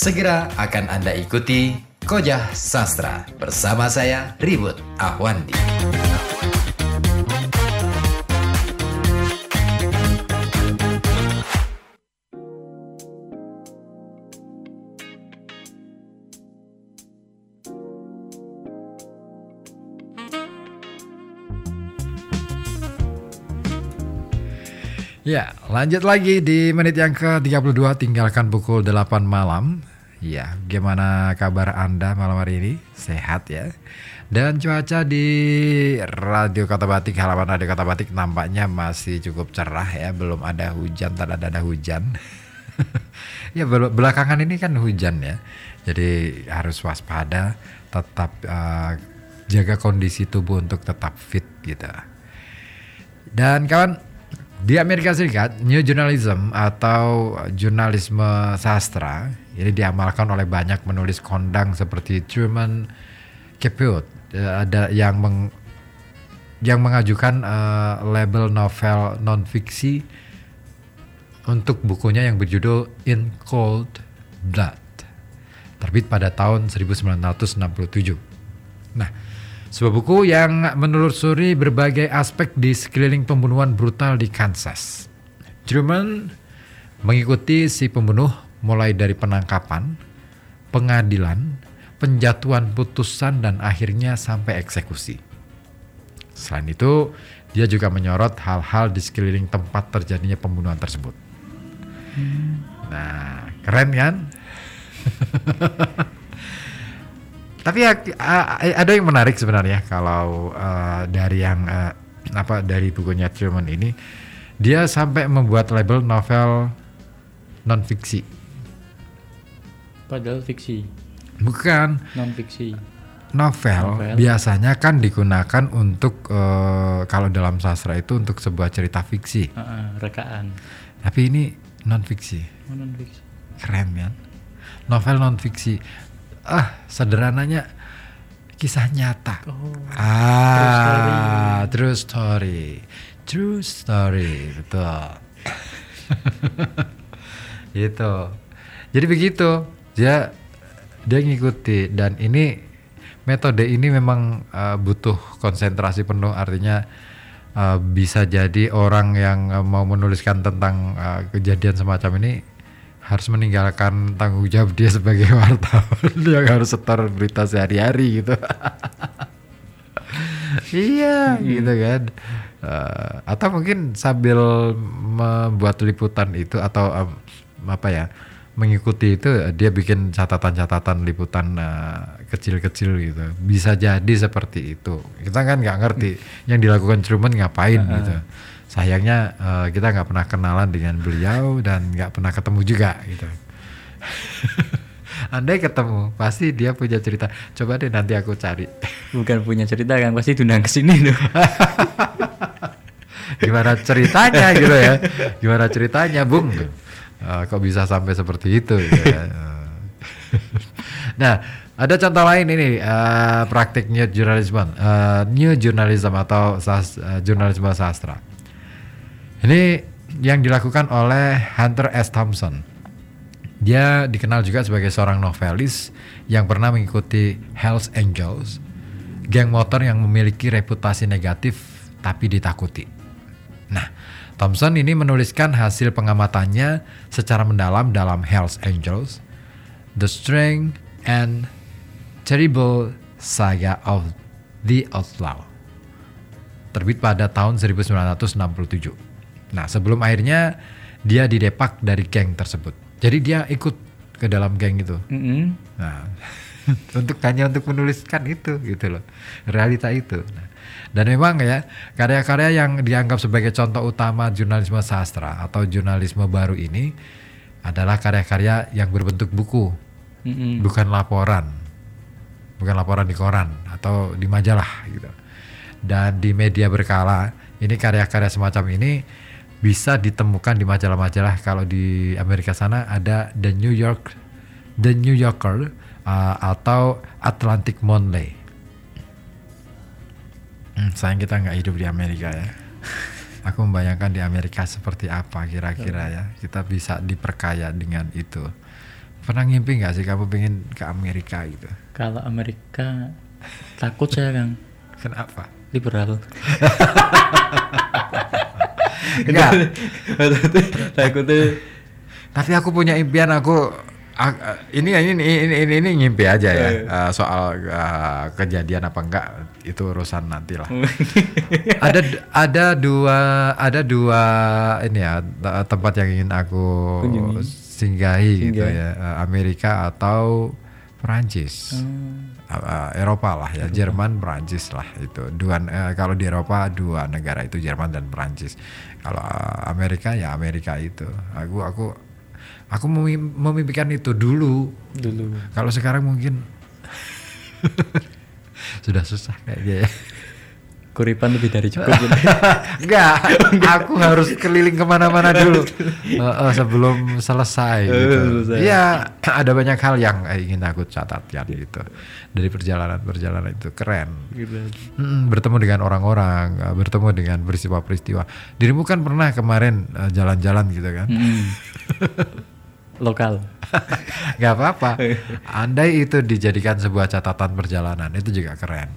Segera akan Anda ikuti Kojah Sastra bersama saya Ribut Ahwandi. Ya, lanjut lagi di menit yang ke-32, tinggalkan pukul 8 malam. Ya, gimana kabar Anda malam hari ini? Sehat ya? Dan cuaca di Radio Kota Batik, halaman Radio Kota Batik nampaknya masih cukup cerah ya. Belum ada hujan, tak ada hujan. Ya, belakangan ini kan hujan ya. Jadi harus waspada, tetap jaga kondisi tubuh untuk tetap fit gitu. Dan kawan, di Amerika Serikat, New Journalism atau jurnalisme sastra ini diamalkan oleh banyak penulis kondang seperti Truman Capote. Ada yang mengajukan label novel non-fiksi untuk bukunya yang berjudul In Cold Blood, terbit pada tahun 1967. Nah, sebuah buku yang menelusuri berbagai aspek di sekeliling pembunuhan brutal di Kansas. Truman mengikuti si pembunuh mulai dari penangkapan, pengadilan, penjatuhan putusan, dan akhirnya sampai eksekusi. Selain itu, dia juga menyorot hal-hal di sekeliling tempat terjadinya pembunuhan tersebut. Nah, keren kan? Tapi ada yang menarik sebenarnya kalau dari bukunya Truman ini, dia sampai membuat label novel non-fiksi. Padahal fiksi. Bukan. Non-fiksi. Novel biasanya kan digunakan untuk kalau dalam sastra itu untuk sebuah cerita fiksi. Rekaan. Tapi ini non-fiksi. Non-fiksi. Keren kan? Novel non-fiksi. Sederhananya kisah nyata. True story, betul. Gitu. Jadi begitu, dia ngikuti, dan ini metode ini memang butuh konsentrasi penuh. Artinya bisa jadi orang yang mau menuliskan tentang kejadian semacam ini harus meninggalkan tanggung jawab dia sebagai wartawan yang harus setor berita sehari-hari gitu. Iya, gitu kan. Atau mungkin sambil membuat liputan itu atau mengikuti itu, dia bikin catatan-catatan liputan kecil-kecil gitu. Bisa jadi seperti itu. Kita kan nggak ngerti yang dilakukan Truman ngapain gitu. Sayangnya kita nggak pernah kenalan dengan beliau dan nggak pernah ketemu juga gitu. Andai ketemu, pasti dia punya cerita. Coba deh nanti aku cari. Bukan punya cerita kan, pasti diundang ke sini tuh. Gimana ceritanya gitu ya? Gimana ceritanya, Bung? Kok bisa sampai seperti itu? Gitu ya? Nah, ada contoh lain ini, praktik new journalism atau jurnalisme sastra. Ini yang dilakukan oleh Hunter S. Thompson. Dia dikenal juga sebagai seorang novelis yang pernah mengikuti Hells Angels, geng motor yang memiliki reputasi negatif tapi ditakuti. Nah, Thompson ini menuliskan hasil pengamatannya secara mendalam dalam Hells Angels, The Strange and Terrible Saga of the Outlaw, terbit pada tahun 1967. Nah, sebelum akhirnya dia didepak dari geng tersebut. Jadi dia ikut ke dalam geng itu. Nah, hanya untuk menuliskan itu gitu loh, realita itu. Nah, dan memang ya, karya-karya yang dianggap sebagai contoh utama jurnalisme sastra atau jurnalisme baru ini adalah karya-karya yang berbentuk buku, bukan laporan di koran atau di majalah gitu. Dan di media berkala ini, karya-karya semacam ini bisa ditemukan di majalah-majalah. Kalau di Amerika sana ada The New Yorker atau Atlantic Monthly. Sayang kita nggak hidup di Amerika ya. Aku membayangkan di Amerika seperti apa kira-kira ya. Kita bisa diperkaya dengan itu. Pernah ngimpi nggak sih kamu pengen ke Amerika gitu? Kalau Amerika takut saya Kang, Kenapa? liberal. Enggak. Takutnya Tapi aku punya impian ini ngimpi aja ya. Soal kejadian apa enggak itu urusan nanti lah. ada dua ini ya tempat yang ingin aku singgahi gitu ya. Amerika atau Perancis. Eropa lah ya, Jerman, Perancis lah itu. Kalau di Eropa dua negara itu Jerman dan Perancis. Kalau Amerika ya Amerika itu. Aku memimpikan itu dulu. Kalau sekarang mungkin sudah susah kayaknya ya. kuripan lebih dari cukup. Enggak, aku harus keliling kemana-mana dulu sebelum selesai gitu. Iya, ada banyak hal yang ingin aku catatkan gitu dari perjalanan itu keren. Bertemu dengan orang-orang, bertemu dengan peristiwa-peristiwa. Dirimu kan pernah kemarin jalan-jalan gitu kan? Lokal. Gak apa-apa. Andai itu dijadikan sebuah catatan perjalanan, itu juga keren.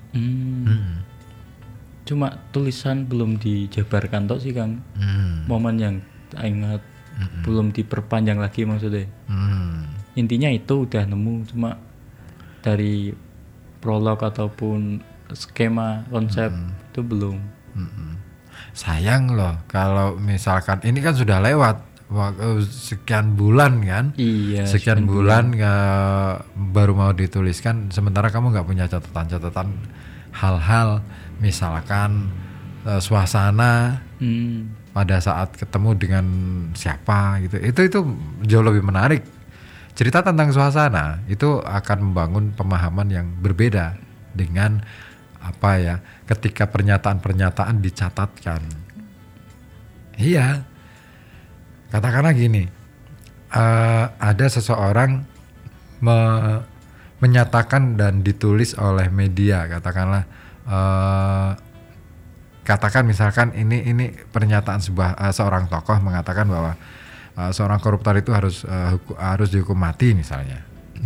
Cuma tulisan belum dijabarkan tok sih Kang. Momen yang ingat belum diperpanjang lagi maksudnya. Intinya itu udah nemu, cuma dari prolog ataupun skema konsep itu belum. Sayang loh kalau misalkan ini kan sudah lewat sekian bulan kan. Iya. Sekian bulan baru mau dituliskan, sementara kamu nggak punya catatan hal-hal misalkan suasana pada saat ketemu dengan siapa gitu. Itu jauh lebih menarik. Cerita tentang suasana itu akan membangun pemahaman yang berbeda dengan apa ya, ketika pernyataan-pernyataan dicatatkan. Iya. Katakanlah gini, ada seseorang menyatakan dan ditulis oleh media, katakan misalkan ini pernyataan seorang tokoh mengatakan bahwa seorang koruptor itu harus dihukum mati misalnya,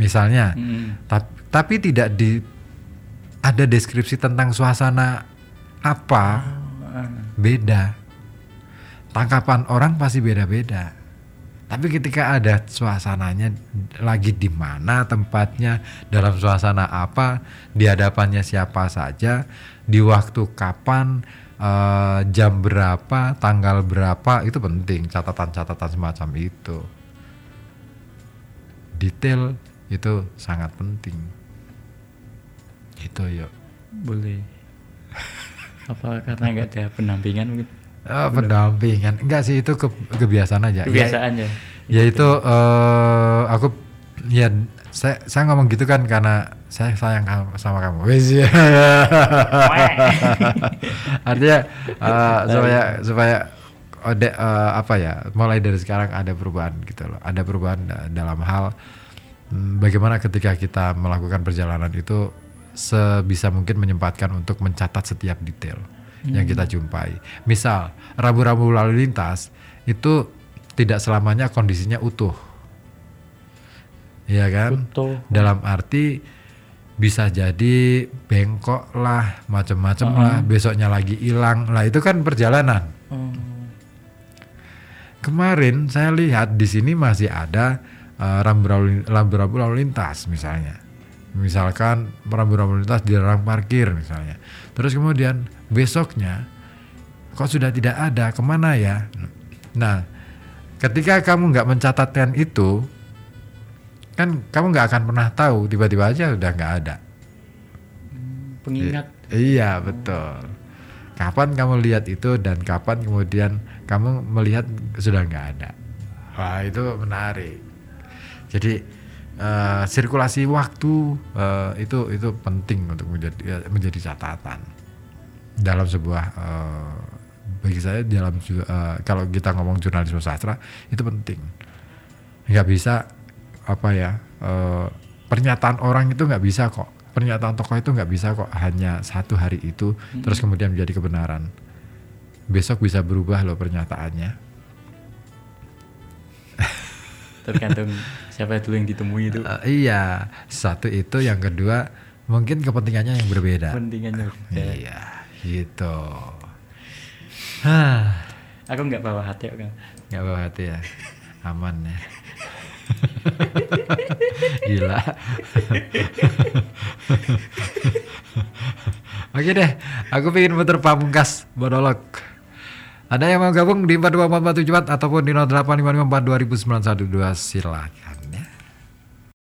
tapi tidak ada deskripsi tentang suasana apa, beda. Tangkapan orang pasti beda-beda. Tapi ketika ada suasananya, lagi di mana tempatnya, dalam suasana apa, di hadapannya siapa saja, di waktu kapan, jam berapa, tanggal berapa, itu penting. Catatan-catatan semacam itu. Detail itu sangat penting. Itu yuk. Boleh. Apa karena nggak ada pendampingan mungkin? Pendampingan enggak sih, itu kebiasaan aja. Kebiasaan ya. Ya itu aku ya saya ngomong gitu kan karena saya sayang sama kamu. Wes ya. Artinya supaya apa ya, mulai dari sekarang ada perubahan gitu loh. Ada perubahan dalam hal bagaimana ketika kita melakukan perjalanan itu sebisa mungkin menyempatkan untuk mencatat setiap detail yang kita jumpai. Misal rambu-rambu lalu lintas itu tidak selamanya kondisinya utuh, ya kan? Utuh. Dalam arti bisa jadi bengkok lah, macam-macam lah, besoknya lagi hilang lah, itu kan perjalanan. Kemarin saya lihat di sini masih ada rambu-rambu lalu lintas misalkan rambu-rambu lalu lintas dilarang parkir misalnya. Terus kemudian besoknya kok sudah tidak ada, kemana ya? Nah, ketika kamu nggak mencatatkan itu, kan kamu nggak akan pernah tahu, tiba-tiba aja udah nggak ada. Pengingat. Iya betul. Kapan kamu lihat itu dan kapan kemudian kamu melihat sudah nggak ada. Wah, itu menarik. Jadi sirkulasi waktu itu penting untuk menjadi catatan dalam sebuah bagi saya kalau kita ngomong jurnalisme sastra itu penting. Nggak bisa pernyataan orang itu nggak bisa kok, pernyataan tokoh itu nggak bisa kok hanya satu hari itu terus kemudian menjadi kebenaran. Besok bisa berubah loh pernyataannya. tergantung siapa dulu yang ditemui itu. Iya, satu itu, yang kedua mungkin kepentingannya yang berbeda. Kepentingannya Iya, gitu. Aku nggak bawa hati kan. Nggak bawa hati ya, aman ya. Gila. Oke deh, aku pengen muter Pamungkas monolog. Ada yang mau gabung di 42447 ataupun di 0855420912, silakan ya.